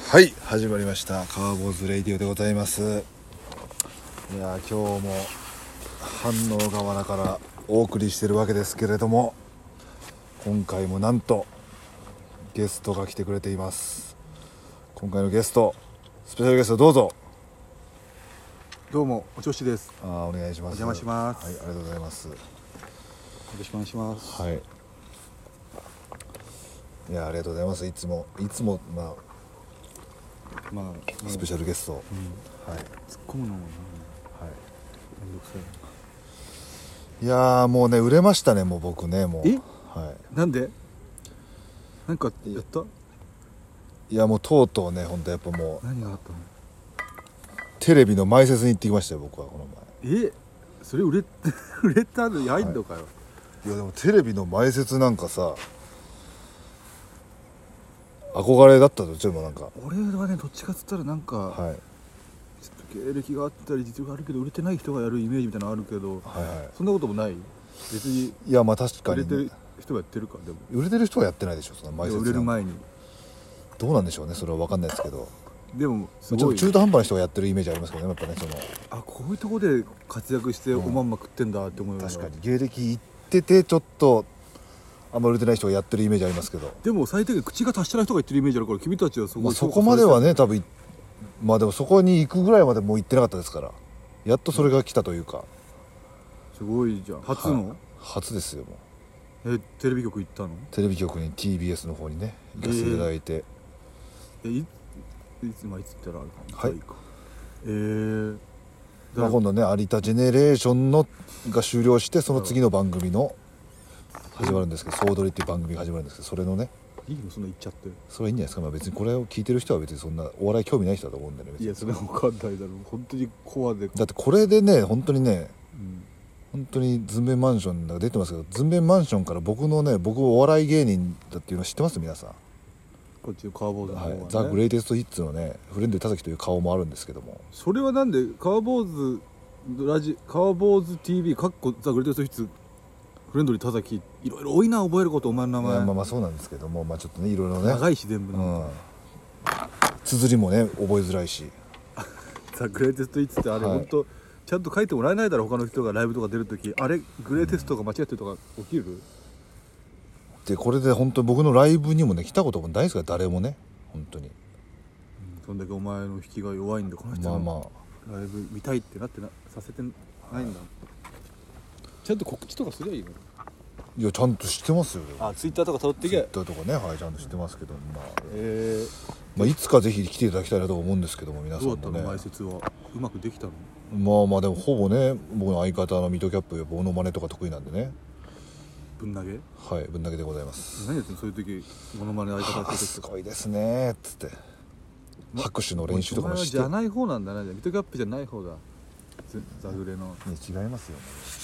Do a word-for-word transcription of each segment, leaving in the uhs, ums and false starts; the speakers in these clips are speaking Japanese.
はい、始まりましたカーボーズレイディオでございます。いや今日も反応河原からお送りしてるわけですけれども、今回もなんとゲストが来てくれています。今回のゲスト、スペシャルゲストどうぞ。 どうもお調子です。 あお願いします。 お邪魔します。 はい、ありがとうございます。よろしくお願いします。 はい、いやありがとうございます。いつもいつもまあまあスペシャルゲスト、うん、はい、 突っ込むのもね、 はい、 めんどくさい。いやーもうね売れましたね、もう僕ね、もう。 え、 はい、 なんでなんかやった？ いやもうとうとうね、本当やっぱもう何があったの？ テレビの前説に行ってきましたよ、僕はこの前。え、それ売れ売れたのやいんのかよ、はい、 いやでもテレビの前説なんかさ憧れだったと。ちょっとなんか俺はねどっちかっつったらなんか、はい、ちょっと経歴があったり実力があるけど売れてない人がやるイメージみたいなのあるけど、はいはい、そんなこともない。別に。 いやまあ確かに、ね、 売れてる人がやってるか。でも売れてる人はやってないでしょ、その前説。 売れる前にどうなんでしょうね、それは分かんないですけど。 でもすごいちょっと中途半端な人がやってるイメージありますけどね、やっぱね。そのあこういうところで活躍しておまんま食ってんだって思うよ、 うん、確かに芸歴いっててちょっとあんま売れてない人がやってるイメージありますけど、 でも最低限口が達してない人が言ってるイメージあるから、君たちはそこ、まあ、 そこまではね多分。まあでもそこに行くぐらいまでもう行ってなかったですから、やっとそれが来たというか、 うん、すごいじゃん。初の、はい、 初ですよ。もうえテレビ局行ったの？ テレビ局に ティービーエス の方にね行かせていただいて、 えー、い, いつまあいつ言ったらあるかな。 はい。 えーまあ、今度ね有田ジェネレーションのが終了して、その次の番組の始まるんですけど、総取りっていう番組が始まるんですけど、それのね、 いいのそんな言っちゃって。 それはいいんじゃないですか。まあ、別にこれを聞いてる人は別にそんなお笑い興味ない人だと思うんだよね。 いやそれは分かんないだろう、本当にコアで。 だってこれでね本当にね、うん、本当にズンベンマンションが出てますけど、ズンベンマンションから僕のね、僕お笑い芸人だっていうの知ってます皆さん。 こっちのカーボーズの方は、ね、 はい、ザ・グレイテストヒッツのねフレンド田崎という顔もあるんですけども、 それはなんでカーボーズラジカーボーズ ティーブイ かっこザ・グレイテストヒッツフレンドリー田崎、いろいろ多いな覚えること。お前の名前。 いやまあまあそうなんですけども、まあちょっとねいろいろね長いし全部の、 うん、綴りもね覚えづらいしザ・グレイテストヒッツってあれ、はい、本当ちゃんと書いてもらえないだろ、他の人がライブとか出るとき。あれグレイテストが間違ってるとか起きる、うん、 でこれで本当僕のライブにもね来たこともないですから、誰もね本当に、うん、 そんだけお前の引きが弱いんで、この人のライブ見たいってなってなさせてないんだ。ちゃんと告知とかすりゃいいの。 いやちゃんと知ってますよ。 あツイッターとか辿ってけ。 ツイッターとかね、はい、ちゃんと知ってますけど、まあ、 えーまあ、いつかぜひ来ていただきたいなと思うんですけども、皆さんもね。 どうだったの前説は。うまくできたの？ まあまあでもほぼね、僕の相方のミトキャップモノマネとか得意なんでね。 ぶん投げ？ はい、ぶん投げでございます。 何やってんのそういう時、モノマネ相方って時。 すごいですねっつって拍手の練習とかもして。 お前はじゃない方なんだね。ミトキャップじゃない方だ、ザグレの。 違いますよね。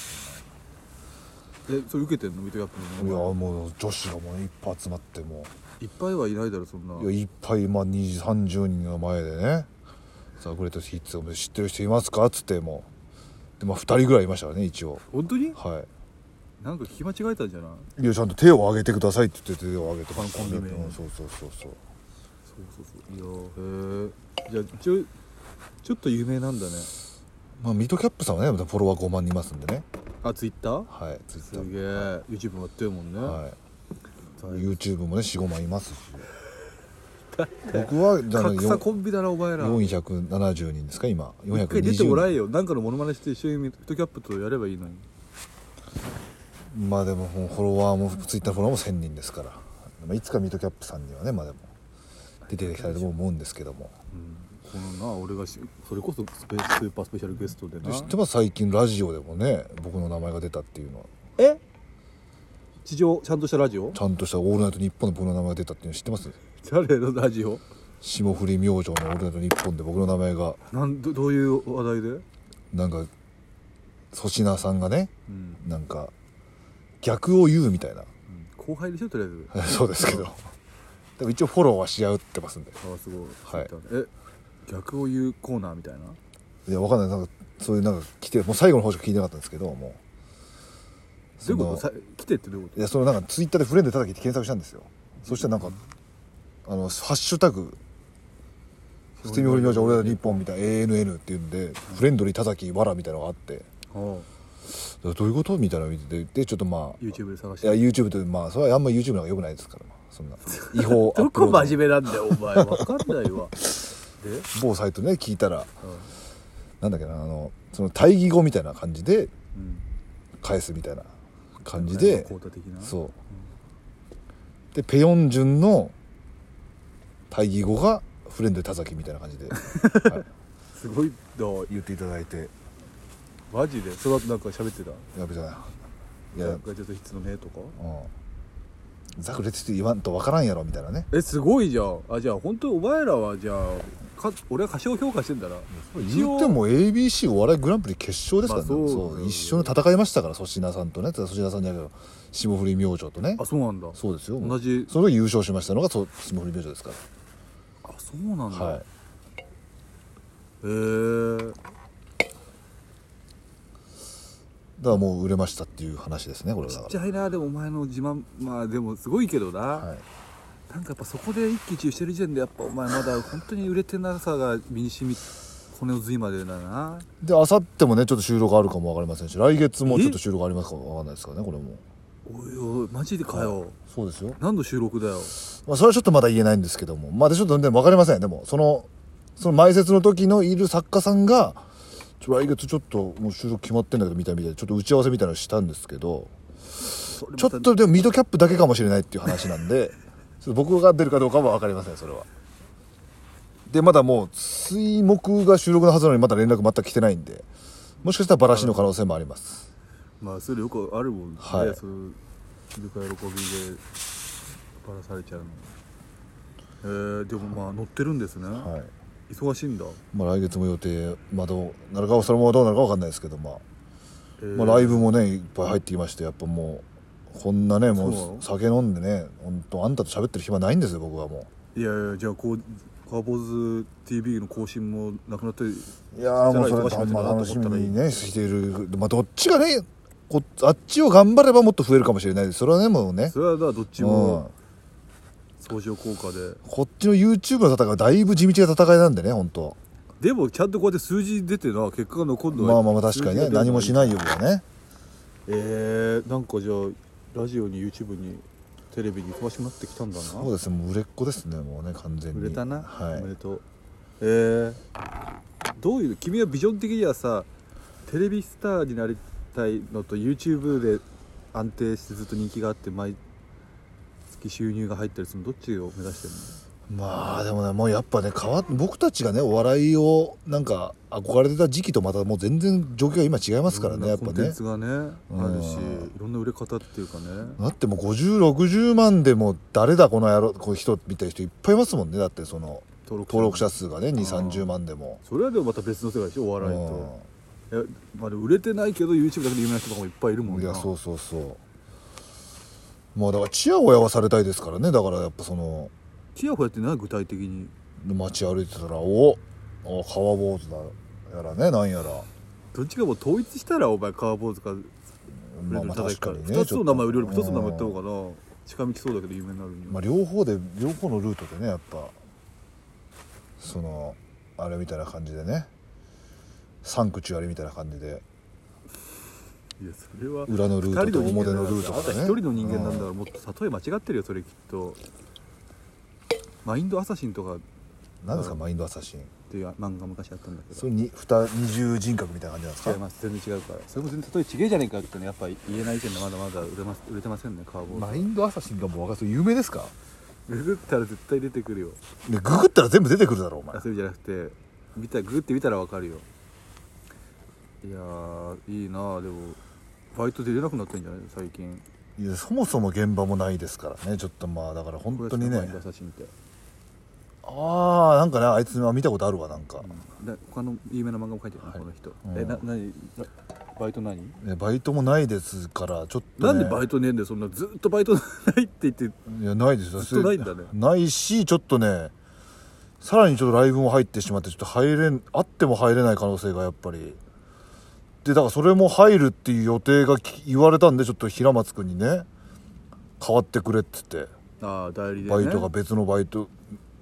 えそれ受けてんのミトキャップの？ いやもう女子がもういっぱい集まってもいっぱいはいないだろそんな。 いやいっぱい、まあにじゅう、さんじゅうにんの前でね、ザ・グレートヒッツを知ってる人いますかっつってもで、まあ、ふたりぐらいいましたからね一応。 本当に？ はい。 なんか聞き間違えたんじゃない？ いやちゃんと手を挙げてくださいって言って手を挙げて、 他のコンビ名、 うん、そうそうそうそうそうそうそう。いやへえ。じゃあ一応ちょっと有名なんだね。 まあミトキャップさんはねフォロワーごまん人いますんでね。 あツイッター？ はいツイッターすげえ、はい、YouTube もやってるもんね。 はい、YouTube もね よん、ごまんいますし僕はじゃあ格差コンビだなお前ら。 よんひゃくななじゅうにんですか今。よんひゃくにじゅう一回出てもらえよ。なんかのモノマネして一緒にミトキャップとやればいいのに。 まあでもフォロワーもツイッターフォロワーもせんにんですから、まあ、いつかミトキャップさんにはねまあでも出ていただきたいと思うんですけども、 うん、このな俺がしそれこそスペスーパースペシャルゲストでな。 知ってます？最近ラジオでもね僕の名前が出たっていうのは。 え地上ちゃんとしたラジオ？ ちゃんとしたオールナイトニッポンで僕の名前が出たっていうの知ってます？ 誰のラジオ？ 霜降り明星のオールナイトニッポンで僕の名前がなん ど, どういう話題で？ なんか粗品さんがね、うん、なんか逆を言うみたいな、うん、 後輩でしょとりあえずそうですけどでも一応フォローはし合ってますんで。 ああすごい、 はい、 え逆を言うコーナーみたいな。 いやわかんない、なんかそういうなんか来てもう最後の方しか聞いてなかったんですけど、もうどういうこと？来てってどういうこと？ いやそのなんかツイッターでフレンド叩きって検索したんですよ。そしたらなんかあのハッシュタグ捨て身フリ明星俺ら日本みたいな エーエヌエヌ っていうんで、うん、フレンドリー田崎わらみたいなのがあって、うん、どういうことみたいなの見てて、でちょっとまあ YouTube で探して、 いや YouTube ってまあそれはあんま YouTube なんか良くないですから、まあ、そんな違法アップロードどこ真面目なんだよお前分かんないわで某サイトね聞いたら、うん、なんだっけな、あのその対義語みたいな感じで返すみたいな感じで、 うん、 そう、うん、でペヨンジュンの対義語がフレンド田崎みたいな感じで、はい、すごいだ言っていただいて、 マジでその後なんか喋ってた、 やべじゃない、いやガジェットヒッツのねとか、 うん、ザクレツって言わんと分からんやろみたいなね。 えすごいじゃん。あじゃあ本当お前らはじゃあか俺は過小評価してんだな。 言っても エービーシー お笑いグランプリ決勝ですからね、まあ、そうそう一緒に戦いましたから粗品さんとね、粗品さんじゃないけど霜降り明星とね。 あそうなんだ。 そうですよ、 同じそれが優勝しましたのが霜降り明星ですから。 あそうなんだ。 はい。 へえー、 だからもう売れましたっていう話ですねこれは。 ちっちゃいなでもお前の自慢、まあでもすごいけどな、はい、なんかやっぱそこで一喜一憂してる時点でやっぱお前まだ本当に売れてなさが身に染み骨を髄までだな。 であさってもねちょっと収録あるかも分かりませんし、来月もちょっと収録ありますか分かんないですからねこれも。 おいおいマジでかよ、はい、 そうですよ。 何の収録だよ。 まあそれはちょっとまだ言えないんですけども、まあでちょっとでも分かりません。でもそのその前説の時のいる作家さんがちょ来月ちょっともう収録決まってんだけどみたいみたいでちょっと打ち合わせみたいなのしたんですけど、ちょっとでもミートキャップだけかもしれないっていう話なんでちょっと僕が出るかどうかは分かりませんそれは。でまだもう水木が収録のはずなのにまだ連絡全く来てないんで、もしかしたらバラシの可能性もあります。 まあそれよくあるもんね、 はい、 そういう喜びでバラされちゃうの。えー、でもまあ乗ってるんですね、はい、忙しいんだ。 まあ来月も予定、まあ、どうなるかそれもどうなるか分かんないですけど、まあえーまあ、ライブもねいっぱい入ってきまして、やっぱもうこんなねもう酒飲んでね本当あんたと喋ってる暇ないんですよ僕はもう。いやいやじゃあこうカーボーズ ティービー の更新もなくなって、いやもうそれ楽しみにねしている、まあ、どっちがねこあっちを頑張ればもっと増えるかもしれないです。それはねもうねそれはだどっちも相乗効果で、 こっちの YouTube の戦いはだいぶ地道な戦いなんでね本当。 でもちゃんとこうやって数字出てな結果が残るのはまあまあ確かにね何もしないよりはね。 えー、なんかじゃあラジオに YouTube にテレビに忙しくなってきたんだな。 そうですねもう売れっ子ですねもうね完全に売れたな、 はい、 おめでとう。えー、どういう君はビジョン的にはさテレビスターになりたいのと YouTube で安定してずっと人気があって毎月収入が入ったりするのどっちを目指してるの？ まあでもねもうやっぱね変わ僕たちがねお笑いをなんか憧れてた時期とまたもう全然状況が今違いますからねやっぱね。 コンテンツがねあるし、いろんな売れ方っていうかね。 だってもうごじゅうろくじゅうまんでも誰だこの野郎こういう人みたいな人いっぱいいますもんね。だってその登録 者, 登録者数がねにじゅう、さんじゅうまんでも。 それはでもまた別の世界でしょお笑いと。いやまあ、売れてないけど YouTube だけで有名な人とかもいっぱいいるもんね。 いやそうそうそうまあだからチヤホヤはされたいですからね。だからやっぱそのチヤホヤって何具体的に街歩いてたらおお川坊主だやらねなんやらどっちかも統一したらお前川坊主かまあまあ確かにねふたつの名前売るよりふたつの名前売った方がな近道そうだけど有名になるには、 まあ、両方で両方のルートでねやっぱそのあれみたいな感じでねサンクチュアリみたいな感じでいやそれは裏のルートと表のルートとかね。 あなた一人の人間なんだからもっと例え間違ってるよそれきっと。マインドアサシンとか何ですかマインドアサシンっていう漫画昔あったんだけどそれに二重人格みたいな感じなんですか？ 違います全然違うからそれも全然例え違えじゃねえかってねやっぱ言えない時点でまだまだ売れます売れてませんねカーボー。 マインドアサシンがもう分かる有名ですか？ ググったら絶対出てくるよ。 でググったら全部出てくるだろお前。 そういうじゃなくて見たググってみたら分かるよ。いやーいいなでもバイト出れなくなってんじゃない最近。 いやそもそも現場もないですからねちょっとまあだから本当にね。 マインドアサシンってああなんかねあいつは見たことあるわなんか、 うん、だ他の有名な漫画も書いてるの、はい、この人、うん、えな何バイト何バイトもないですからちょっと、ね、 なんでバイトねえんだよそんなずっとバイトないって言っていやないですよずっとないんだねないしちょっとねさらにちょっとライブも入ってしまってちょっと入れんあっても入れない可能性がやっぱりでだからそれも入るっていう予定が言われたんでちょっと平松君にね変わってくれって言ってあ代理で、ね、 バイトが別のバイト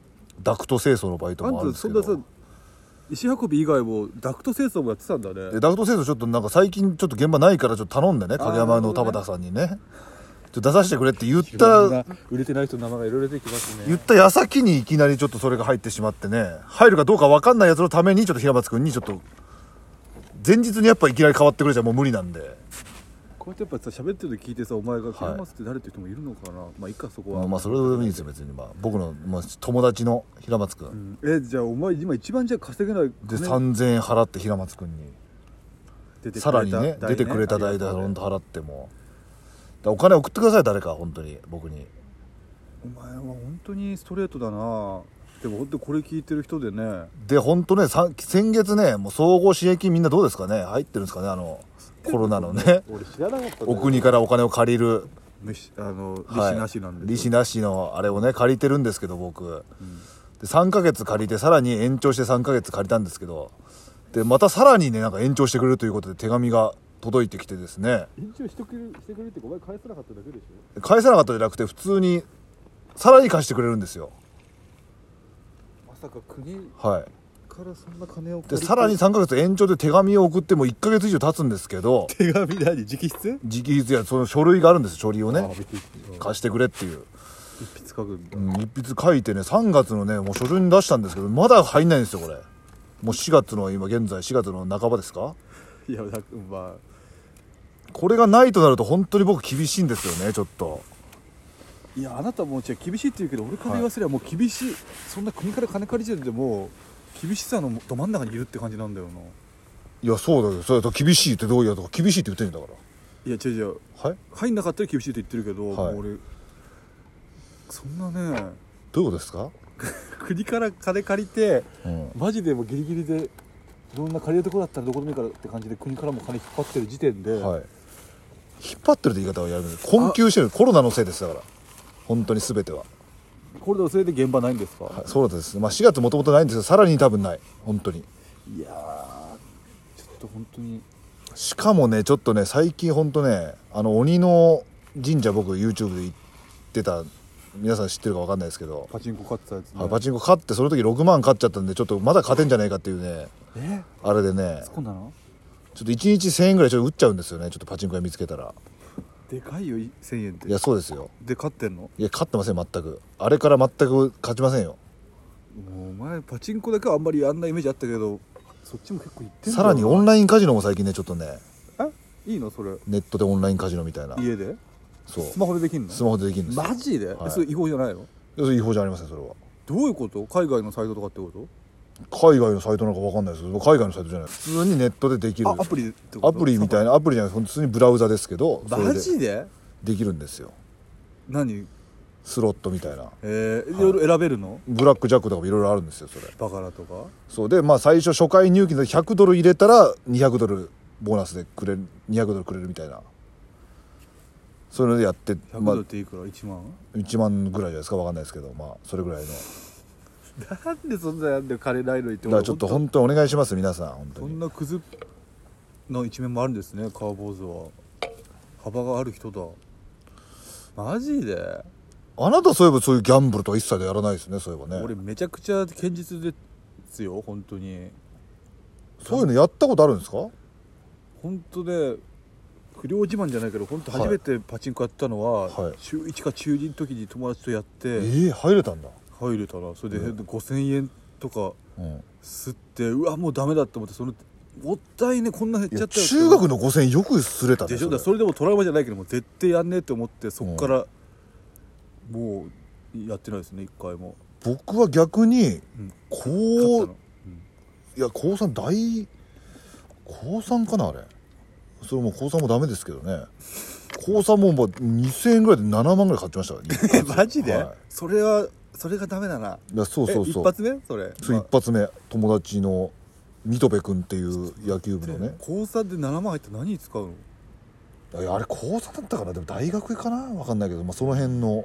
ダクト清掃のバイトもあるんですけど。 あんたそんなさ石運び以外もダクト清掃もやってたんだね。 でダクト清掃ちょっとなんか最近ちょっと現場ないからちょっと頼んでね、影山の田畑さんにね、ちょっと出させてくれって言った売れてない人の名前がいろいろ出てきますね。 言った矢先にいきなりちょっとそれが入ってしまってね、入るかどうか分かんないやつのためにちょっと平松君にちょっと前日にやっぱいきなり変わってくれちゃもう無理なんで、 こうやってやっぱさ喋ってるの聞いてさ、お前が平松って誰って人もいるのかな、まあいいかそこは。 まあ、まあそれでもいいですよ別に。まあ僕の、まあ、友達の平松君、 うん、えじゃあお前今一番じゃあ稼げないでさんぜんえん払って平松君に出てくれたさらにね出てくれた代でほんと払っても、だお金送ってください誰か本当に僕に。 お前は本当にストレートだな。でも本当これ聞いてる人でね、 で本当ねさ先月ねもう総合支援金みんなどうですかね、入ってるんですかね、あのコロナのね俺知らなかった。 お国からお金を借りる、 あの利子なしなんで、 はい、利子なしのあれをね借りてるんですけど僕、うん、でさんかげつ借りてさらに延長してさんかげつ借りたんですけど、でまたさらにねなんか延長してくれるということで手紙が届いてきてですね、 延長してくれるしてくれるってお前返さなかっただけでしょ。 返さなかったじゃなくて普通にさらに貸してくれるんですよ。 まさか国はいからそんな金を借りて、 でさらにさんかげつ延長で手紙を送ってもいっかげつ以上経つんですけど、 手紙何直筆直筆やその書類があるんです、書類をねあ貸してくれっていう一筆書くんだ、 うん、一筆書いてねさんがつのねもう初旬に出したんですけどまだ入んないんですよこれ。もうしがつの今現在しがつの半ばですか。 いやだまあこれがないとなると本当に僕厳しいんですよねちょっと。 いやあなたもうじゃ厳しいって言うけど俺から言わせればもう厳しい、はい、そんな国から金借りてるでも厳しさのど真ん中にいるって感じなんだよな。 いやそうだよ、それと厳しいってどういうやとか厳しいって言ってんだから。 いや違う違う、 はい入んなかったら厳しいって言ってるけど、 はい、 もう俺そんなねどういうことですか国から金借りて、 うん、 マジでもうギリギリでいろんな借りるところだったらどこでもいいからって感じで国からも金引っ張ってる時点で、 はい、引っ張ってるって言い方はやるんです困窮してるコロナのせいですだから本当に全ては。 これでそれで現場ないんですか。 はい、そうです、まあ、しがつもともとないんですけどさらに多分ない本当に。 いやーちょっと本当にしかもねちょっとね最近本当ねあの鬼の神社僕 YouTube で行ってた、皆さん知ってるか分かんないですけどパチンコ買ってたやつね、 はい、パチンコ勝ってその時ろくまん勝っちゃったんでちょっとまだ勝てんじゃないかっていうねえあれでねそうなのちょっといちにちせんえんぐらいちょっと打っちゃうんですよね、ちょっとパチンコ屋見つけたら。 でかいよせんえんって。 いやそうですよ。 で勝ってんの。 いや勝ってません全く。あれから全く勝ちませんよ。 もうお前パチンコだけはあんまりあんなイメージあったけどそっちも結構いってんだよ。 さらにオンラインカジノも最近ねちょっとねえいいのそれ。 ネットでオンラインカジノみたいな。 家でそうスマホでできんの。 スマホでできるんですよ。 マジで、 はい、 それ違法じゃないの。 それ違法じゃありませんそれは。 どういうこと。海外のサイトとかってこと。 海外のサイトなんか分かんないですけど海外のサイトじゃない、普通にネットでできるあアプリってこと。 アプリみたいなアプリじゃない普通にブラウザですけどマジでできるんですよ。 何スロットみたいな、 えー、いろいろ選べるの。 ブラックジャックとかもいろいろあるんですよそれ。 バカラとか。 そうでまあ最初初回入金でひゃくドル入れたらにひゃくドルボーナスでくれるにひゃくドルくれるみたいな、そういうのでやってひゃくドルっていくらいちまん、 まあ、いちまんぐらいじゃないですか分かんないですけどまあそれぐらいの。 なんでそんなやんで金ないのにって。 だからちょっと本当にお願いします皆さん本当そに。 んなクズの一面もあるんですね川坊主は。幅がある人だマジで。 あなたそういえばそういうギャンブルとか一切でやらないですねそういえばね。 俺めちゃくちゃ堅実ですよ本当に。 そういうのやったことあるんですか。 本当で不良自慢じゃないけど本当初めてパチンコやったのは、 はい、 中いちか中にの時に友達とやって、えー、入れたんだ。 入れたな。それで、うん、ごせんえんとか吸って、 うん、 うわもうダメだって思って、そのもったいねこんな減っちゃったよ。 中学のごせんえんよくすれたね。 でしょ。だそれでもトラウマじゃないけども絶対やんねえって思ってそっから、うん、もうやってないですね一回も。 僕は逆に、うん、こう、うん、いや高さん大高さんかなあれ。それも高さんもダメですけどね。高さんもにせんえんぐらいでななまんぐらい買ってましたからねマジで、はい、それはそれがダメだな。 いやそうそうそう一発目それ。 そう、まあ、一発目友達の水戸部君っていう野球部のね。 高さんでななまん入って何に使うの。 いやあれ高さんだったかな。でも大学かな分かんないけど、まあ、その辺の、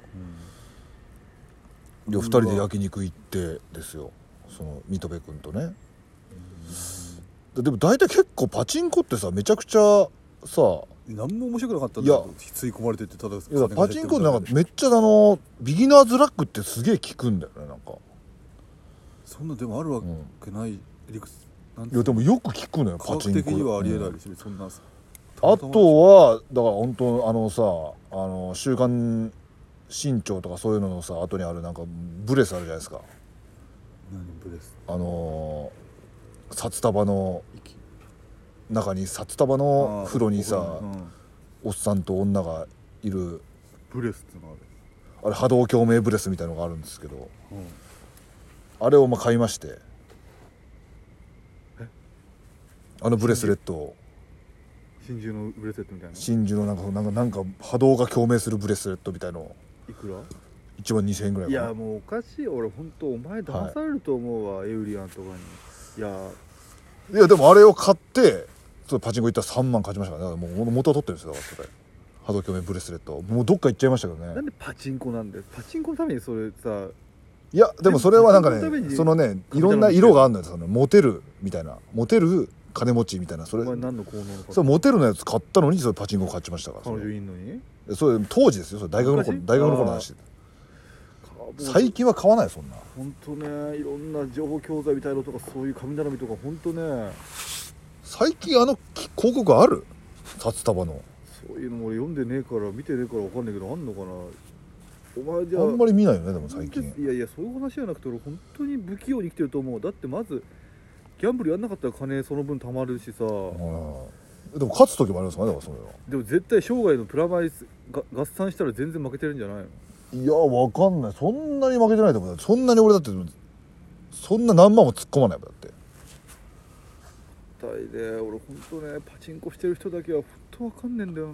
うん、でふたりで焼肉行ってですよその水戸部君とね。うん、でも大体結構パチンコってさめちゃくちゃさ何も面白くなかったんだよ。吸い込まれててただいやパチンコってなんかめっちゃあのビギナーズラックってすげえ効くんだよねなんか。 そんなでもあるわけない、うん、理屈なんいやでもよく聞くのよ、 パチンコ。科学的にはありえないし、うん、そんな。 あとはだから本当あのさ、あの週刊新潮とかそういうののさ後にあるなんかブレスあるじゃないですか。 何ブレス？ あのー、札束の中に札束の風呂にさ、うん、おっさんと女がいるブレスってのある。 あれ波動共鳴ブレスみたいのがあるんですけど、うん、あれをまあ買いまして、 えあのブレスレットを真珠のブレスレットみたいな、 真珠のなんかなんかなんか波動が共鳴するブレスレットみたいのいくら？ いちまんにせんえんぐらいかな。 いやもうおかしい、俺本当お前騙されると思うわ、はい、エウリアンとかに。いやいやでもあれを買ってパチンコ行ったらさんまん勝ちましたからね。もう元は取ってるんですよ、だからそれ波動共鳴ブレスレットもうどっか行っちゃいましたけどね。 なんでパチンコなんだよ、パチンコのためにそれさ。 いやでもそれはなんかね、そのねいろんな色があるのよ。そのモテるみたいな、モテる金持ちみたいな、それお前何の効能のそれモテるのやつ買ったのにそれパチンコ買っちましたから。 彼女いんのにそれ当時ですよ、それ大学の頃、大学の頃の話で。最近は買わないそんな。 本当ね、いろんな情報教材みたいなのとかそういう神頼みとか本当ね。 最近あの広告ある？札束のそういうのも俺読んでねえから見てねえから分かんないけどあんのかな。お前じゃああんまり見ないよねでも最近。 いやいやそういう話じゃなくて俺本当に不器用に生きてると思う。だってまずギャンブルやんなかったら金その分貯まるしさ。でも勝つ時もありますかね。だからそれはでも絶対生涯のプラマイスが合算したら全然負けてるんじゃないの？ いやわかんない、そんなに負けてないと思う。そんなに俺だってそんな何万も突っ込まないもんだって。 大で俺本当ねパチンコしてる人だけは本当わかんねえんだよな。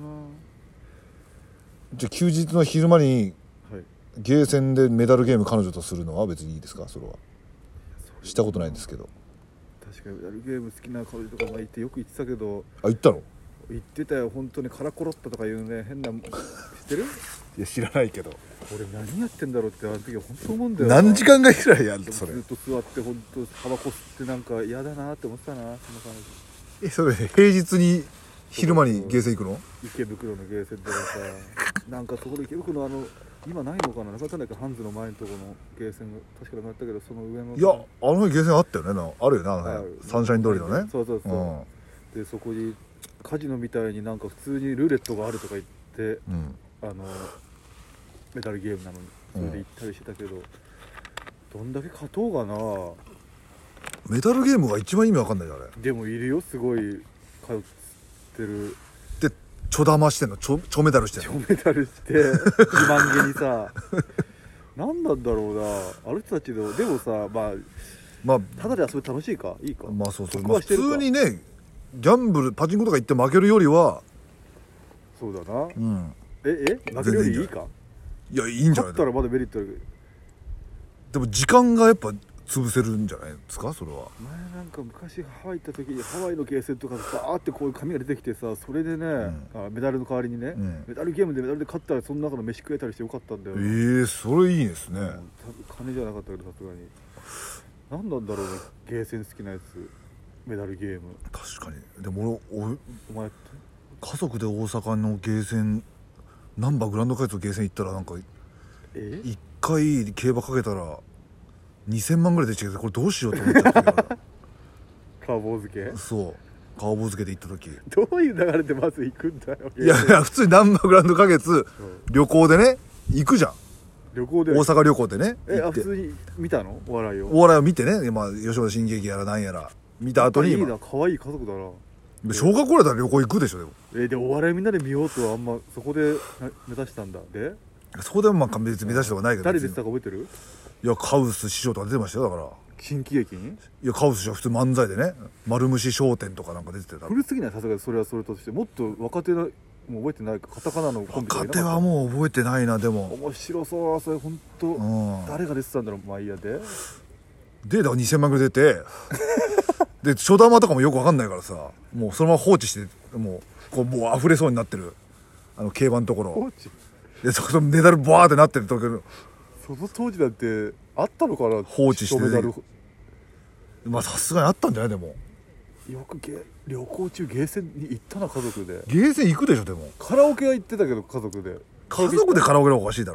じゃあ休日の昼間にゲーセンでメダルゲーム彼女とするのは別にいいですか？それはしたことないんですけど。 確かにメダルゲーム好きな彼女とかもいてよく言ってたけど。 あ、言ったの？ 言ってたよ本当に。カラコロッタとかいうね変な知ってる？ いや知らないけど俺何やってんだろうってあの時は本当思うんだよな。 何時間ぐらいやるのそれ。 ずっと座って本当タバコ吸ってなんか嫌だなって思ってたなその感じ。えそれ平日に昼間にゲーセン行くの？ 池袋のゲーセンでさなんかそこで池袋のあの今ないのかな、なかったんだっけ、ハンズの前のところのゲーセンが確かなくなったけどその上の。 いやあのゲーセンあったよね。なあるよな、はい、サンシャイン通りのね。 そうそうそう、うん、でそこにカジノみたいになんか普通にルーレットがあるとか言って、うん、あのメダルゲームなのにそれで行ったりしてたけど、うん、どんだけ勝とうがな。 メダルゲームが一番意味わかんないじゃんあれ。 でもいるよすごい通ってる。 でちょ玉してんの、ちょちょメダルしてんの。 ちょメダルして自慢げにさ何なんだろうなあの人たちの。でもさまあまあただで遊び楽しいかいいか。 まあそうそう、まあ、普通にねギャンブルパチンコとか行って負けるよりはそうだな、うん、ええ負けるよりいいか。 いやいいんじゃない。 勝ったらまだメリットある。 でも時間がやっぱ潰せるんじゃないですかそれは。 前なんか昔ハワイ行った時にハワイのゲーセンとかバーってこういう紙が出てきてさ、それでね、うん、あメダルの代わりにね、うん、メダルゲームでメダルで勝ったらその中の飯食えたりしてよかったんだよ、ね。ええー、それいいですね。うん、多分金じゃなかったけどさすがに何なんだろうねゲーセン好きなやつメダルゲーム。 確かに。でも俺おお前って家族で大阪のゲーセン難波グランド花月のゲーセン行ったらなんかえいっかい競馬かけたらにせんまんぐらいでしたけど、これどうしようと思ったっけカーボー漬け。 そうカーボー漬けで行った時どういう流れでまず行くんだよ。 いやいや普通に難波グランド花月旅行でね行くじゃん。 旅行で大阪旅行でねえあ普通に見たのお笑いをお笑いを見てね、まあ、吉本新喜劇やらなんやら見た後にいいな可愛い家族だな。 小学校だったら旅行行くでしょ。でもえでお笑いみんなで見ようとはあんまそこで目指したんだ。でそこでもまあ別に目指したとかないけど誰でしたか覚えてる？ いやカウス師匠とか出てましたよ。だから新喜劇にいやカウス師匠は普通漫才でね丸虫商店とかなんか出てた。 古すぎないさすがにそれはそれとしてもっと若手のもう覚えてないかカタカナのコンビとか若手はもう覚えてないな。でも面白そうそれ本当、うん、誰が出てたんだろう。まあいいやででだからにせんまんぐらい出てで初玉とかもよく分かんないからさもうそのまま放置してもうこうもう溢れそうになってるあの競馬のところ放置でそこでメダルバーってなってるところその当時だってあったのかな放置してメダル。 まあさすがにあったんじゃない。でもよくゲ旅行中ゲーセンに行ったな家族で。 ゲーセン行くでしょ。でもカラオケは行ってたけど家族で家族でカラオケの方がおかしいだろ。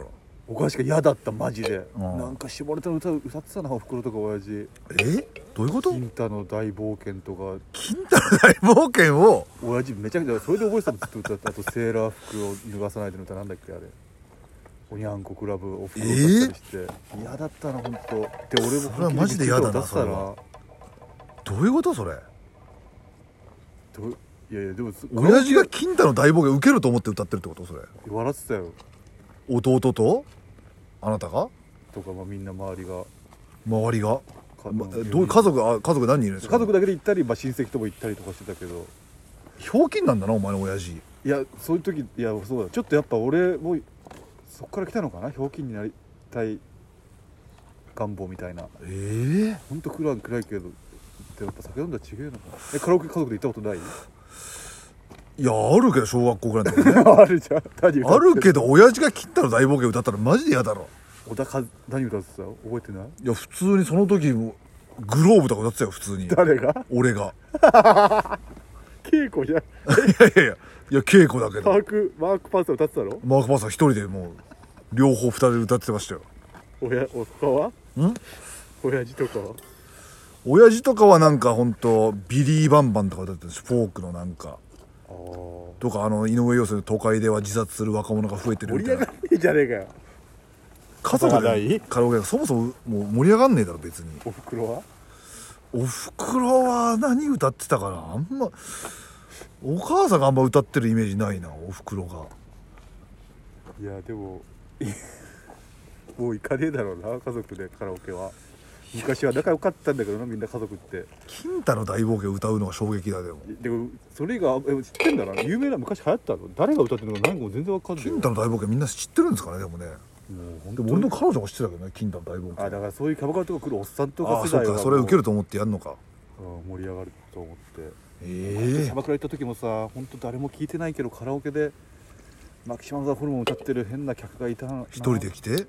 おかしか嫌だったマジで、 うん、 なんか絞れた歌歌ってたなおふくろとか親父。 えどういうこと？ 金太の大冒険とか。 金太の大冒険を親父めちゃくちゃそれで覚えてたのずっと歌って、あとセーラー服を脱がさないでの歌なんだっけあれ、おにゃんこクラブおふくろ歌ったりして、嫌、えー、だったな本当。で俺もそれはマジで嫌だな。それはどういうことそれ？ どいやいやでも親父が金太の大冒険受けると思って歌ってるってこと？それ笑ってたよ。 弟とあなたがとか、まあ、みんな周りが周りが、ま、どう家族あ家族何人いるんですか？ 家族だけで行ったり、まあ、親戚とも行ったりとかしてたけど。 ひょうきんなんだなお前の親父。 いやそういう時、いやそうだちょっとやっぱ俺もそっから来たのかな、ひょうきんになりたい願望みたいな。 ええー、 ほんと暗い暗いけどやっぱ酒飲んだら違えのかな。えカラオケ家族で行ったことない？ いやあるけど小学校ぐらいの時ねあるじゃん。 あるけど親父が金太の大冒険歌ったらマジで嫌だろ。 小田か何歌ってた覚えてない？ いや普通にその時もグローブとか歌ってたよ普通に。 誰が？ 俺が稽古じゃん。 いやいやいやいや稽古だけどマークマークパンサー歌ってたろ？ マークパンサー一人でもう両方二人で歌ってましたよ。 おや他は？ん？親父とかは？ 親父とかはなんかほんとビリーバンバンとか歌ってるんです。フォークのなんかあとか、あの井上陽水の都会では自殺する若者が増えてるみたいな。 盛り上がんねえじゃねえかよ。 家族でカラオケがそもそももう盛り上がんねえだろ別に。 おふくろは？ おふくろは何歌ってたかな。あんまお母さんがあんま歌ってるイメージないなおふくろが。 いやでももう行かねえだろうな家族でカラオケは。昔は仲良かったんだけどなみんな家族って。 金太の大冒険歌うのが衝撃だ。でもでもそれが知ってんだな。有名な昔流行ったの誰が歌ってるのか何かも全然わかんない。 金太の大冒険みんな知ってるんですかね。でもねもう本当に俺の彼女が知ってたけどね金太の大冒険。 あだからそういうキャバクラとか来るおっさんとか世代はあそうかそれ受けると思ってやんのか。 うん盛り上がると思って。 ええー、 キャバクラ行った時もさ本当誰も聞いてないけどカラオケでマキシマムザホルモン歌ってる変な客がいたな。 一人で来て、うん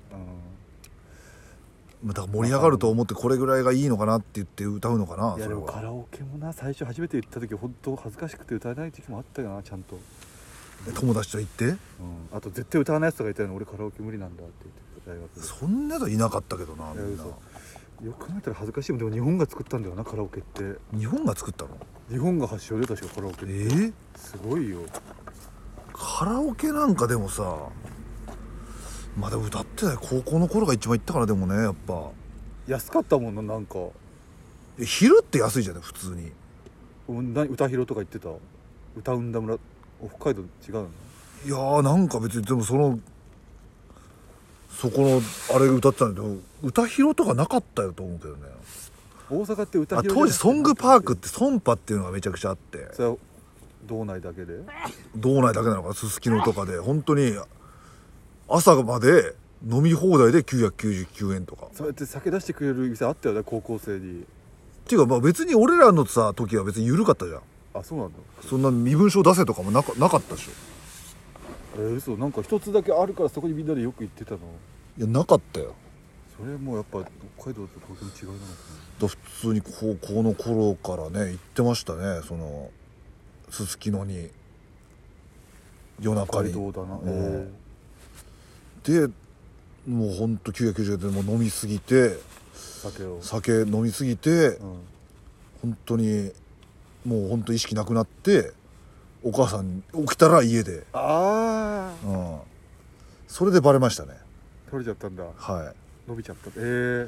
だから盛り上がると思ってこれぐらいがいいのかなって言って歌うのかな。 いやでもカラオケもな最初初めて行った時本当恥ずかしくて歌えない時もあったよなちゃんと。 友達と行って、うん、 あと絶対歌わないやつとかいたの俺カラオケ無理なんだって言ってた大学で。 そんなのいなかったけどなみんな。 よく考えたら恥ずかしいもん。でも日本が作ったんだよなカラオケって。 日本が作ったの？ 日本が発祥で確かカラオケって。えー、 すごいよ。 カラオケなんかでもさまだ歌ってない高校の頃が一番行ったから。でもねやっぱ安かったもんな。なんか昼って安いじゃない普通に。 何歌広とか言ってた？歌うんだ村北海道違うの？ いやーなんか別にでもそのそこのあれ歌ってたんだけど歌広とかなかったよと思うけどね。 大阪って歌広当時ソングパークってソンパっていうのがめちゃくちゃあって。 それは道内だけで？ 道内だけなのかすすきのとかで本当に朝まで飲み放題できゅうひゃくきゅうじゅうきゅうえんとか。 そうやって酒出してくれる店あったよね高校生に。 っていうかまあ別に俺らのさ時は別に緩かったじゃん。 あそうなんだ。 そんな身分証出せとかもなか、なかったでしょ。 えー、嘘なんか一つだけあるからそこにみんなでよく行ってたの。 いやなかったよ。 それもやっぱ北海道と東京の違いなのかな。普通に高校の頃からね行ってましたね。そのすすきのに夜中に。 北海道だな、 えー、でもうほんときゅうひゃくきゅうじゅうえんでもう飲みすぎて酒を酒飲みすぎて、うん、本当にもう本当意識なくなってお母さん起きたら家で。 ああ、 うん、それでバレましたね。 取れちゃったんだ。 はい伸びちゃった。ええー、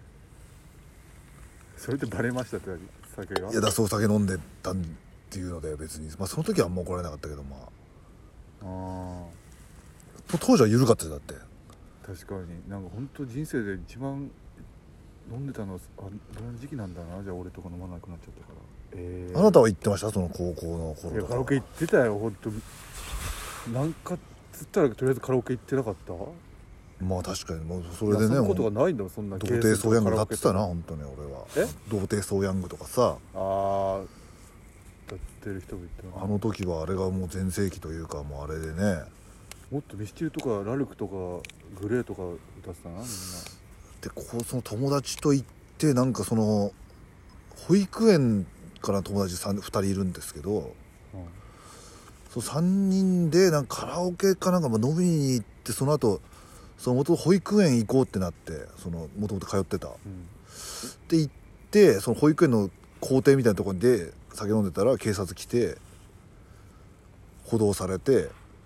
それでバレましたって何酒が。 いやだそう酒飲んでたっていうので別に、まあ、その時はあんま怒られなかったけどまああ当時は緩かっただって。 確かになんか本当人生で一番飲んでたのはあの時期なんだな。じゃあ俺とか飲まなくなっちゃったから。えー、 あなたは行ってましたその高校の頃とか？ いやカラオケ行ってたよ本当。なんかつったらとりあえずカラオケ行ってなかった？ まあ確かにもうそれでね。 そんなことがないんだ。そんな童貞ソーヤング歌ってたな本当に俺は。 え童貞ソーヤングとかさあ歌ってる人もいたな。 あの時はあれがもう全盛期というかもうあれでね。 もっとミスチルとかラルクとかグレーとか歌ってたなみんなで。こうその友達と行ってなんかその保育園からの友達ふたりいるんですけど、うん、そうさんにんでなんかカラオケかなんか飲みに行ってその後その元々保育園行こうってなってその元々通ってた、 うん、 で行ってその保育園の校庭みたいなところで酒飲んでたら警察来て補導されて、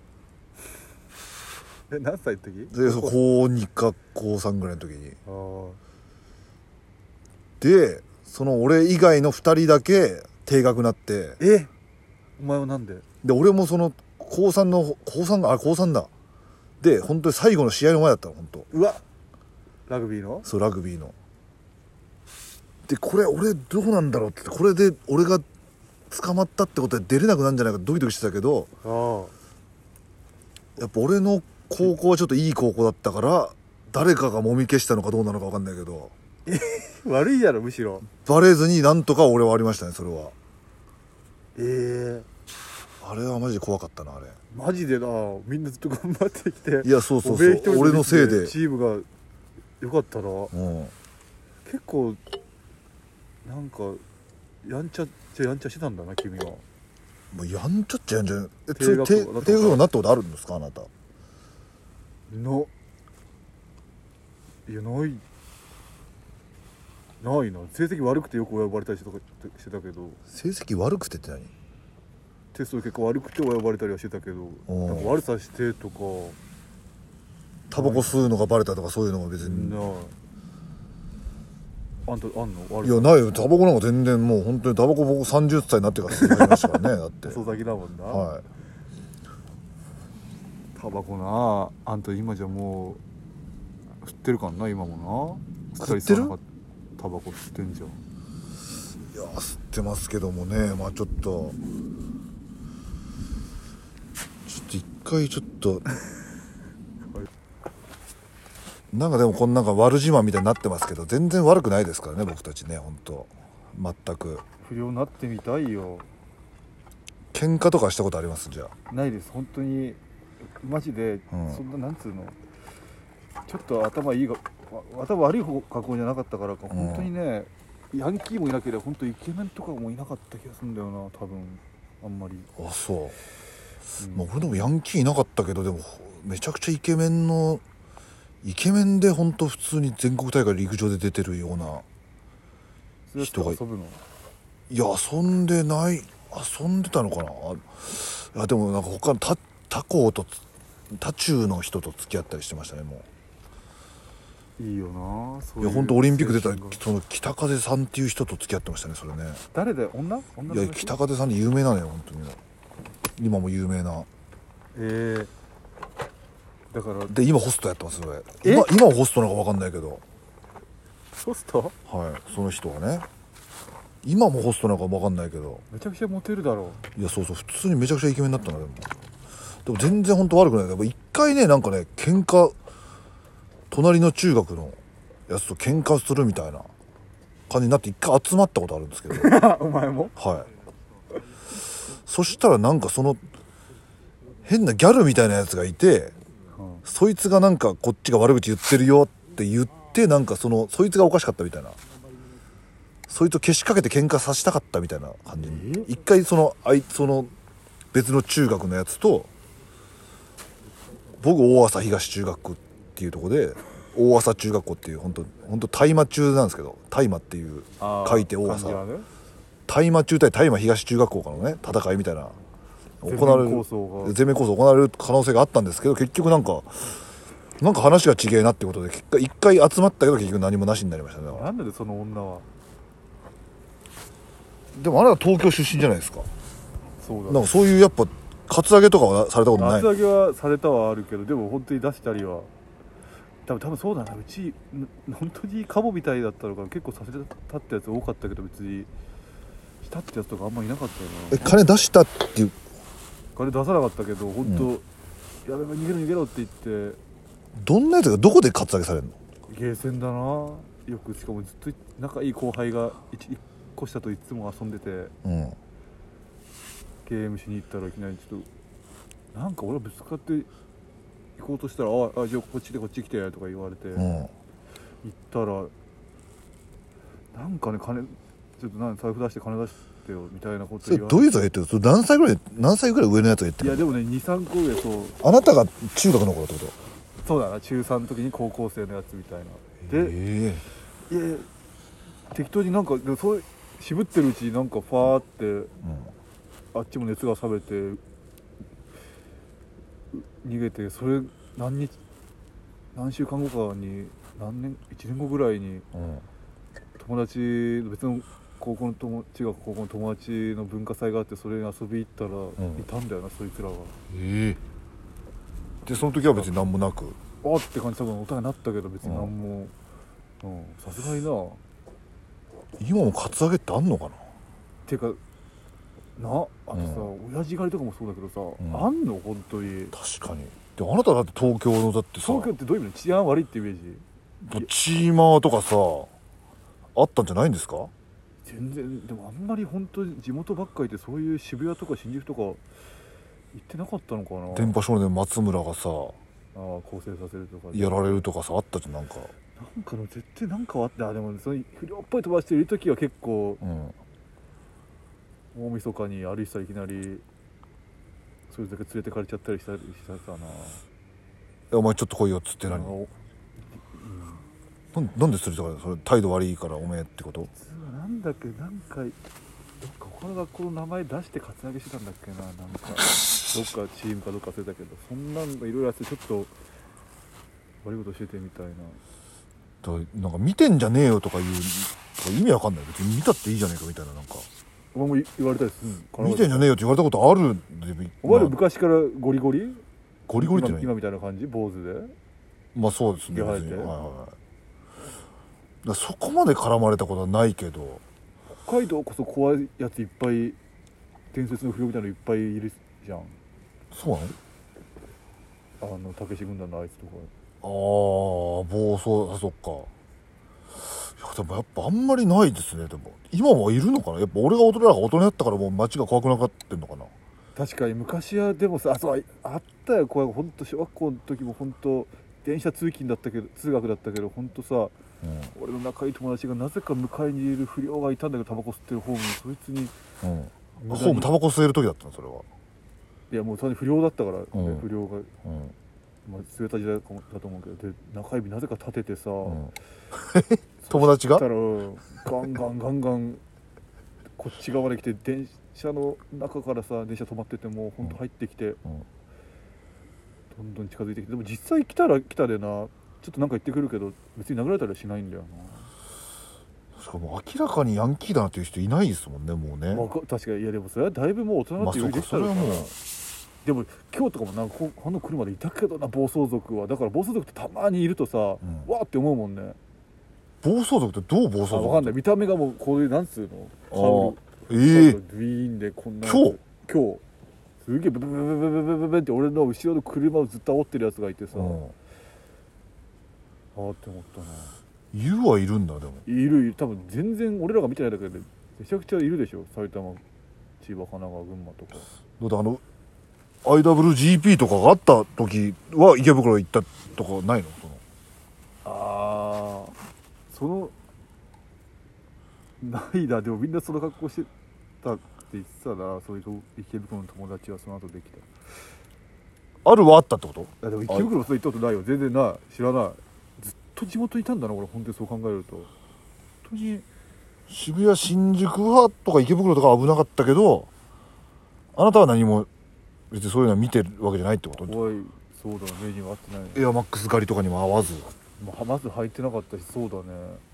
え何歳の時？ でそ高にか高さんぐらいの時に、 あでその俺以外のふたりだけ停学になって、 えお前はなんで？ で俺もその高さんの高さんがあ高さんだで本当に最後の試合の前だったの本当。 うわラグビーの？ そうラグビーのでこれ俺どうなんだろうってこれで俺が捕まったってことで出れなくなるんじゃないかドキドキしてたけど、 あやっぱ俺の高校はちょっといい高校だったから誰かがもみ消したのかどうなのか分かんないけど悪いやろむしろ。 バレずになんとか俺はありましたねそれは。 ええあれはマジで怖かったなあれ。 マジでなみんなずっと頑張ってきていやそうそうそうおめえ一人俺のせいでチームがよかったな。 うん結構なんかやんちゃじゃやんちゃしてたんだな君は。 もうやんちゃっちゃやんちゃえ低学低校だった低学校になったことあるんですかあなた。 のいやないないな。成績悪くてよく親呼ばれたりしてたしてたけど成績悪くてって何？ テスト結構悪くて親呼ばれたりはしてたけどうんなんか悪さしてとかタバコ吸うのがバレたとかそういうのも別に。 ない。あんたあんの悪いやないよタバコなんか全然もう本当にタバコ僕さんじゅっさいになってから吸いましたからねだって遅咲きだもんな。 はいタバコなあんた今じゃもう吸ってるからな今もな。 吸ってる？ 二人さんがタバコ吸ってんじゃん。 いや吸ってますけどもねまあちょっとちょっと一回ちょっとなんかでもこんなんか悪自慢みたいになってますけど全然悪くないですからね僕たちね本当全く。 不良になってみたいよ。 喧嘩とかしたことありますじゃあ？ ないです本当にマジで、 うん、 そんななんつうのちょっと頭いいが頭悪い方格好じゃなかったからか、うん、本当にねヤンキーもいなければ本当イケメンとかもいなかった気がするんだよな多分あんまり。 あそう、 うん、 まあ、俺でもヤンキーいなかったけどでもめちゃくちゃイケメンのイケメンで本当普通に全国大会陸上で出てるような人が。 遊ぶの？ いや遊んでない遊んでたのかな。いやでもなんか他の他他校と他中の人と付き合ったりしてましたねもう。いいよなそういう。 いや本当オリンピック出たその北風さんっていう人と付き合ってましたねそれね。 誰だよ女？女いや北風さんで有名なのよ本当に今も有名な。 ええー、だからで今ホストやってますそれ。今今ホストなのか分かんないけど。 ホスト？ はいその人はね今もホストなのか分かんないけどめちゃくちゃモテるだろう。いやそうそう普通にめちゃくちゃイケメンになったなでもでも全然本当悪くない。でも一回ねなんかね喧嘩隣の中学のやつと喧嘩するみたいな感じになって一回集まったことあるんですけどお前も？ はいそしたらなんかその変なギャルみたいなやつがいて、うん、そいつがなんかこっちが悪口言ってるよって言ってなんかそのそいつがおかしかったみたいなそいつをけしかけて喧嘩させたかったみたいな感じに一回そのあいその別の中学のやつと僕大朝東中学校っていうところで大朝中学校っていう本当本当大麻中なんですけど大麻っていう書いて大朝大麻中対大麻東中学校からのね戦いみたいな行われる全面構想行われる可能性があったんですけど結局なんかなんか話が違えなってことで一回集まったけど結局何もなしになりましたね。 なんでその女は。 でもあなた東京出身じゃないですか。 そうだ、ね、 なんかそういうやっぱカツアゲとかはされたことない？ カツアゲはされたはあるけどでも本当に出したりは多分多分そうだなうち本当にカモみたいだったのか結構させたってやつ多かったけど別にしたってやつとかあんまいなかったよな。 え金出したっていう金出さなかったけど本当、うん、やべば逃げろ逃げろって言ってどんなやつがどこでカツアゲされるの？ ゲーセンだなよくしかもずっと仲いい後輩がいっこ下といつも遊んでて、うん、ゲームしに行ったらいきなりちょっとなんか俺はぶつかって行こうとしたらああじゃあこっちでこっち来てとか言われて、うん、行ったらなんかね金ちょっと何財布出して金出してよみたいなこと言われて。 どういうやつが言ってるの？何歳ぐらい何歳ぐらい上のやつが言ってるの？ いやでもね にさんこ上そう。 あなたが中学の頃ってこそうだな、中さんの時に高校生のやつみたいなで、 えいやいや適当になんかでもそう渋ってるうちになんかファーってえうんあっちも熱が冷めて逃げて、それ何日何週間後かに何年いちねんごぐらいにうん友達別の高校の友中学高校の友達の文化祭があって、それに遊び行ったら、 んいたんだよなそいつらが。 ええでその時は別に何もなくあって感じ、多分お互いなったけど別に何もさすがにな。 今もカツアゲってあんのかな。 ていうかなあとさ、 う親父狩りとかもそうだけどさ、 んあんの本当に。 確かに。であなただって東京のだってさ東京ってどういう意味で治安悪いってイメージ？ チーマーとかさあったんじゃないんですか。 全然でもあんまり本当に地元ばっかりでそういう渋谷とか新宿とか行ってなかったのかな。 電波少年松村がさああ構成させるとかやられるとかさあったじゃん。なんかなんかの絶対なんかあって、あでもその不良っぽい飛ばしている時は結構うん大晦日に歩いてたらいきなりそれだけ連れてかれちゃったりしたりしたさな。 お前ちょっと来いよっつって何なんかおなんなんでそれだからそれ態度悪いからおめえってこと。 普通はなんだっけ、なんかどっか他の学校の名前出してカツアゲしてたんだっけな、なんかどっかチームかどっか忘れたけど、そんなんがいろいろあってちょっと悪いことしててみたいな。 だからなんか見てんじゃねえよとかいう意味わかんない。別に見たっていいじゃねえかみたいな。なんかお前も言われたりするの？ 見てんじゃねえよって言われたことあるんで。 お前らまあ昔からゴリゴリゴリゴリって何。 今今みたいな感じ坊主でまあそうですね。 生えて別にはいはいはい。だからそこまで絡まれたことはないけど。 北海道こそ怖いやついっぱい、伝説の不良みたいなのいっぱいいるじゃん。 そうなの。 あのたけし軍団のあいつとか。 ああ暴走。あそっか。いやでもやっぱあんまりないですね。でも今もいるのかな。やっぱ俺が大人らが大人だったからもう街が怖くなかってんのかな。 確かに昔はでもさ、あそうあったよ怖い。本当小学校の時も本当電車通勤だったけど通学だったけど本当さ、 うん俺の仲いい友達がなぜか向かいにいる不良がいたんだけど、タバコ吸ってるホームにそいつにうん無駄にホームタバコ吸える時だったのそれは。 いやもう単に不良だったから、ねうん不良が、 うんまあ、吸えた時代だと思うけど、で中指なぜか立ててさ、 うん友達がそしたらガンガンガンガンこっち側で来て、電車の中からさ電車止まっててもうほんと入ってきて、 うんどんどん近づいてきて、でも実際来たら来たでな、ちょっとなんか言ってくるけど別に殴られたりはしないんだよしかも明らかにヤンキーだなっていう人いないですもんねもうね。 な。わか確かに。いやでもそれはだいぶもう大人になってまあそうかよりできたらそれはもうでも今日とかもなんかここの車でいたけどな暴走族は。だから暴走族ってたまにいるとさ、 んわーって思うもんね。 暴走族ってどう暴走あ族。 わかんない、見た目がもうこういうなんつうのああえドえゥイーンでこんなやつ今日今日すげえブブブブブブブブブって俺の後ろの車をずっと煽ってるやつがいてさ、 うんあーって思ったな。 いるはいるんだ。でもいるいる、多分全然俺らが見てないだけでめちゃくちゃいるでしょ。埼玉、千葉、神奈川、群馬とか。 だってあの アイダブリュージーピー とかがあった時は池袋行ったとかないの。そのああそのないだ。でもみんなその格好してたって言ってたな。そういう池袋の友達はその後できた。 あるはあったってこと。 あでも池袋そう言ったことないよ。全然ない知らない。ずっと地元いたんだな俺、本当にそう考えると。本当に渋谷新宿派とか池袋とかは危なかったけど、あなたは何も別にそういうのは見てるわけじゃないってこと。 おいそうだね、目には合ってない。 エアマックス狩りとかにも合わず。 まあ、まず履いてなかったし。そうだね。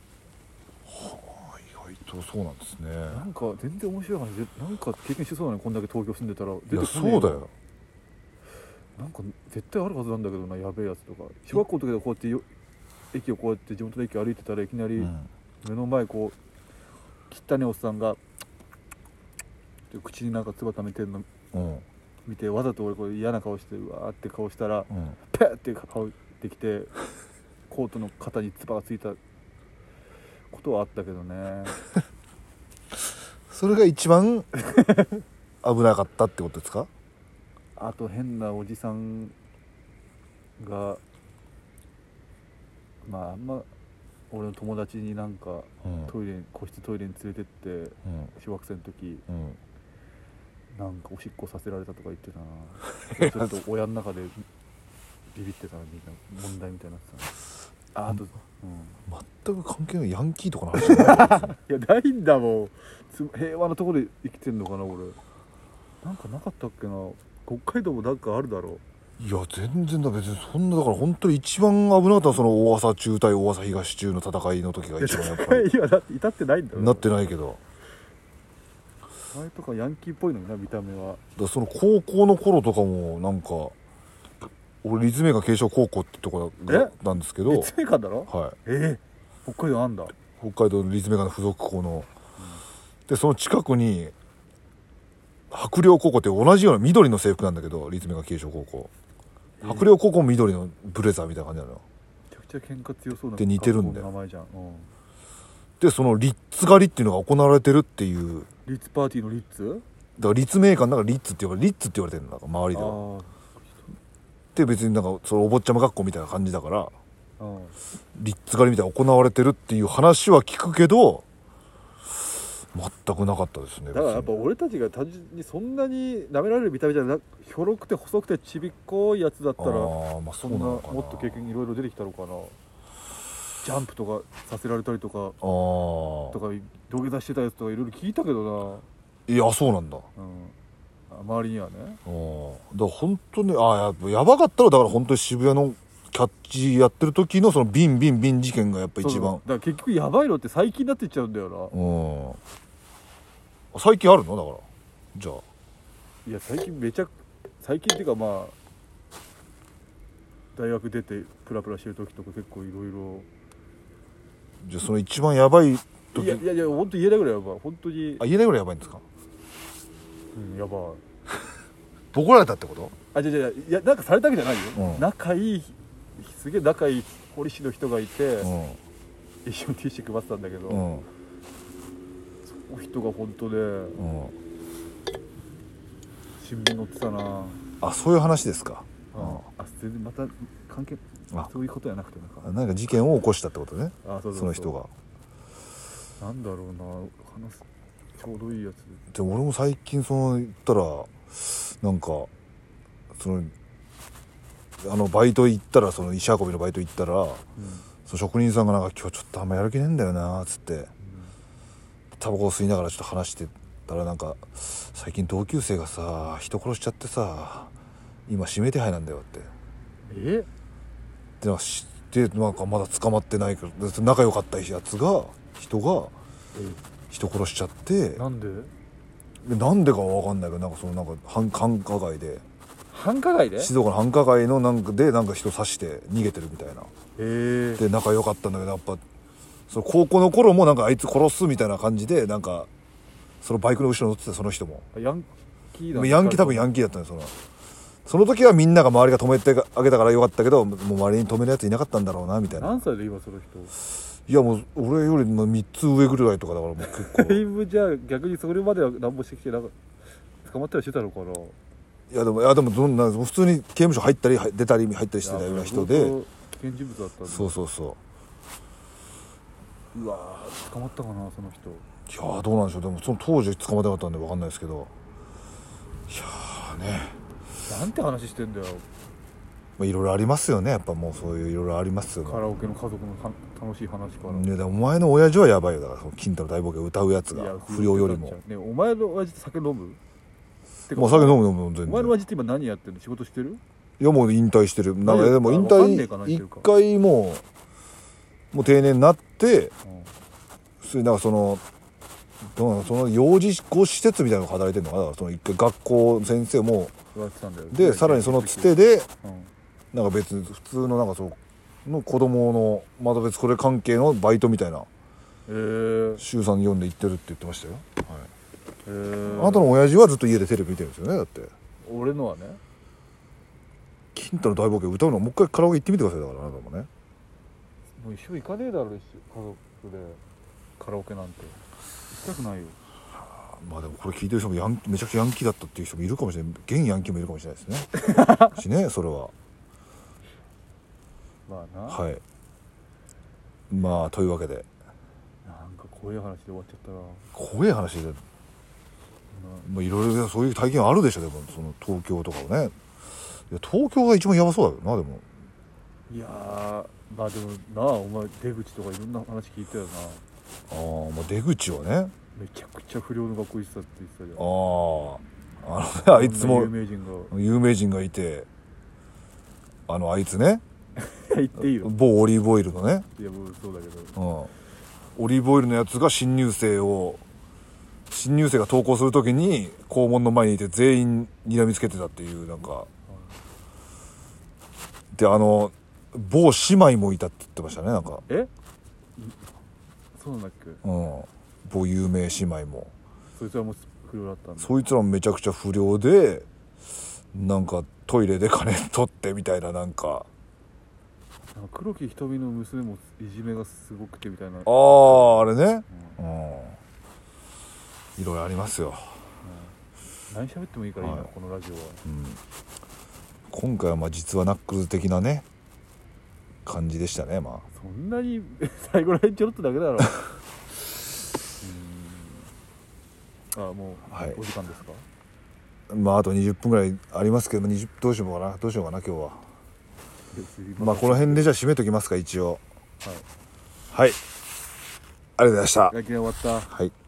意外とそうなんですね。 なんか全然面白い話で、なんか経験してそうなの。こんだけ東京住んでたらいや出てこねえそうだよ。 なんか絶対あるはずなんだけどな、やべえやつとか。小学校の時でこうやってよ駅をこうやって地元の駅を歩いてたらいきなりうん目の前こう汚ねおっさんが口になんか唾溜めてんのうん見て、わざと俺これ嫌な顔してうわーって顔したらうんペッって顔できてコートの肩に唾がついたことはあったけどね。 それが一番危なかったってことですか。 あと変なおじさんがまああんま俺の友達になんかうんトイレ個室トイレに連れてってうん小学生の時うんなんかおしっこさせられたとか言ってたな。ちょっと親の中でビビってたのみんな問題みたいになってたの。ああと、うん、 全く関係ないヤンキーとかの話じゃないいやないんだもん。平和なところで生きてんのかな俺。なんかなかったっけな。北海道もなんかあるだろう。いや全然だ、別にそんな、だから本当に一番危なかったのはその大朝中対大朝東中の戦いの時が一番やっぱりいやだって至ってないんだろ。 なってないけど、 あれとかヤンキーっぽいのにな見た目は。 だその高校の頃とかもなんか俺立命館慶祥高校ってとこだなんですけど、 立命館だろ。 はい、 えー、北海道あんだ。 北海道の立命館の附属校の、うん、でその近くに白陵高校って同じような緑の制服なんだけど、立命館慶祥高校、えー、白陵高校も緑のブレザーみたいな感じなのよ。 めちゃくちゃ喧嘩強そうなで似てるんだよ。 名前じゃん、うん、 でそのリッツ狩りっていうのが行われてるっていう。 リッツパーティーのリッツだから立命館だからリッツって言われリッツって言われてるんだから周りでは。で別になんかそのお坊ちゃま学校みたいな感じだから、うん、リッツ狩りみたいな行われてるっていう話は聞くけど全くなかったですね。 だからやっぱ俺たちが単純にそんなに舐められる見た目じゃなく、ひょろくて細くてちびっこいやつだったら、あ、まあ、そんなもっと経験いろいろ出てきたのかな。ジャンプとかさせられたりとかあとか土下座してたやつとかいろいろ聞いたけどな。 いやそうなんだ、 うん、周りにはね。 あだから本当にあややばかったらだから本当に渋谷のキャッチやってる時のそのビンビンビン事件がやっぱ一番。そうそう、 だから結局やばいのって最近になっていっちゃうんだよな。 うん、最近あるのだからじゃあ。 いや最近めちゃ最近っていうかまあ大学出てプラプラしてる時とか結構いろいろ。 じゃあその一番やばい時。 いやいやいや本当言えないぐらいやばい本当に。 あ言えないぐらいやばいんですか。 うんやばい。 ボコられたってこと。 あじゃじゃいやなんかされたわけじゃないよ、うん、仲いいすげえ仲いい堀市の人がいて、うん、一緒にティッシュ配ってたんだけど、うん、その人が本当で、うん、新聞載ってたなあ。そういう話ですか。 あ、うん、あ全然また関係そういうことじゃなくてなんか何か事件を起こしたってことね。 あそうそうそう、 その人がなんだろうな話すちょうどいいやつで。でも俺も最近その言ったらなんかそのあのバイト行ったらその石運びのバイト行ったら、うん、その職人さんがなんか今日ちょっとあんまやる気ねえんだよなっつってタバコを吸いながらちょっと話してたらなんか最近同級生がさ人殺しちゃってさ今指名手配なんだよって。 えでなんか知ってなんかまだ捕まってないから仲良かったやつが人が人殺しちゃって。 なんでなんでかは分かんないけどなんかそのなんか繁華街で繁華街で静岡の繁華街のなんかでなんか人刺して逃げてるみたいな。へで仲良かったんだけどやっぱその高校の頃もなんかあいつ殺すみたいな感じでなんかそのバイクの後ろに乗ってたその人もヤンキーだヤンキー多分ヤンキーだったんですよ。その時はみんなが周りが止めてあげたからよかったけどもう周りに止めるやついなかったんだろうなみたいな。 何歳で今その人。 いやもう俺よりもみっつ上ぐらいとかだからもう結構だいぶじゃあ逆にそれまでは何もしてきてなんか捕まったりしてたのかな。 いやでもいやでもどんな普通に刑務所入ったり出たり入ったりしてたような人で危険人物だったんだ。 そうそうそう。 うわ捕まったかなその人。 いやどうなんでしょう。でもその当時捕まってなかったんで分かんないですけどいやーねなんて話してんだよ。 まあいろいろありますよねやっぱもうそういういろいろありますよね。 カラオケの家族の楽しい話からね。でお前の親父はやばいよだからその金太の大冒険歌うやつが不良よりも、 ね、お前の親父って酒飲むまあ酒飲む飲む全然。 お前の親父って今何やってるの仕事してる。 いやもう引退してる。なんかでも引退一回もうもう定年になって、うん、それなんかそのどうなのその幼児校施設みたいなのが働いてるのかな。だからその一回学校の先生もでさらにそのつてで、うん、なんか別に普通のなんかそうの子供のまた別これ関係のバイトみたいな、えー、週さんよんで行ってるって言ってましたよ。はいえー、あなたの親父はずっと家でテレビ見てるんですよね。だって俺のはね金太の大冒険歌うのもう一回カラオケ行ってみてください。だからあなたもねもう一生行かねえだろ家族でカラオケなんて行きたくないよ。 まあでもこれ聞いてる人もヤンめちゃくちゃヤンキーだったっていう人もいるかもしれない。現ヤンキーもいるかもしれないですねしねそれはまあなはいまあというわけでなんか怖い話で終わっちゃったな。 怖い話で、うんまあ、いろいろそういう体験あるでしょ。でもその東京とかをねいや東京が一番やばそうだけどな。でもいやーまあでもなあお前出口とかいろんな話聞いたよな。 あー、まあ、出口はね、 めちゃくちゃ不良の学校行ってたって言ってたじゃん。 あああのねあいつも有名人が有名人がいて、あのあいつね言っていいよ。 某オリーブオイルのね、 いやもうそうだけど、 うん、オリーブオイルのやつが新入生を新入生が登校するときに校門の前にいて全員睨みつけてたっていうなんか、であの某姉妹もいたって言ってましたね。なんか、 えそうなんだっけ。 うん、某有名姉妹もそいつはもう不良だったんだ。 そいつらもめちゃくちゃ不良で、なんかトイレで金取ってみたいな、なんかなんか黒木瞳の娘もいじめがすごくてみたいな。 あああれね、 うんうん、いろいろありますよ、 うん、何喋ってもいいからいいな、 はい、 このラジオは、 うん、今回はまあ実はナックル的なね感じでしたね。まあそんなに最後らへんちょろっとだけだろうーんあもう、 はい、 お時間ですか。 まああとにじゅっぷんぐらいありますけど、にじゅうどうしようかなどうしようかな今日は。まあこの辺でじゃあ締めときますか一応。 はい、 はい、ありがとうございました。 野球終わった。 はい。